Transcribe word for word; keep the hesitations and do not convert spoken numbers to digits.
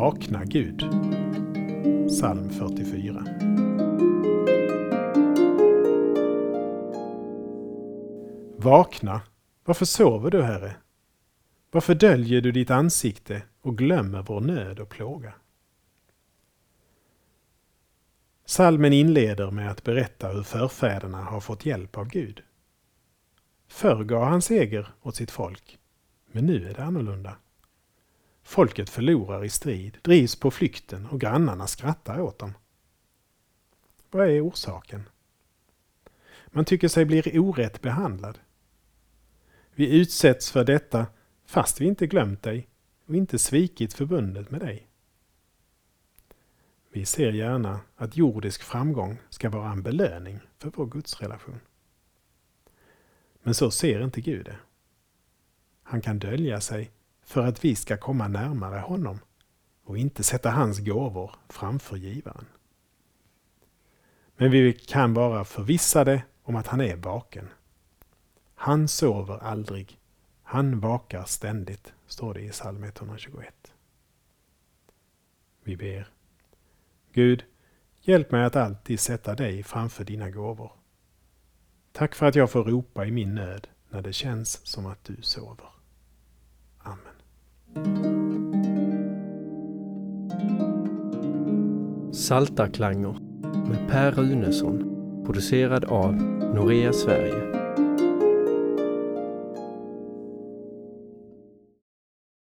Vakna Gud. Psalm fyrtiofyra. Vakna, varför sover du, Herre? Varför döljer du ditt ansikte och glömmer vår nöd och plåga? Psalmen inleder med att berätta hur förfäderna har fått hjälp av Gud. Förr gav han seger åt sitt folk, men nu är det annorlunda. Folket förlorar i strid, drivs på flykten och grannarna skrattar åt dem. Vad är orsaken? Man tycker sig bli orätt behandlad. Vi utsätts för detta fast vi inte glömt dig och inte svikit förbundet med dig. Vi ser gärna att jordisk framgång ska vara en belöning för vår gudsrelation. Men så ser inte Gud det. Han kan dölja sig för att vi ska komma närmare honom och inte sätta hans gåvor framför givaren. Men vi kan vara förvissade om att han är vaken. Han sover aldrig. Han vakar ständigt, står det i psalm etthundratjugoett. Vi ber. Gud, hjälp mig att alltid sätta dig framför dina gåvor. Tack för att jag får ropa i min nöd när det känns som att du sover. Amen. Psaltarklanger med Per Runesson, producerad av Norea Sverige.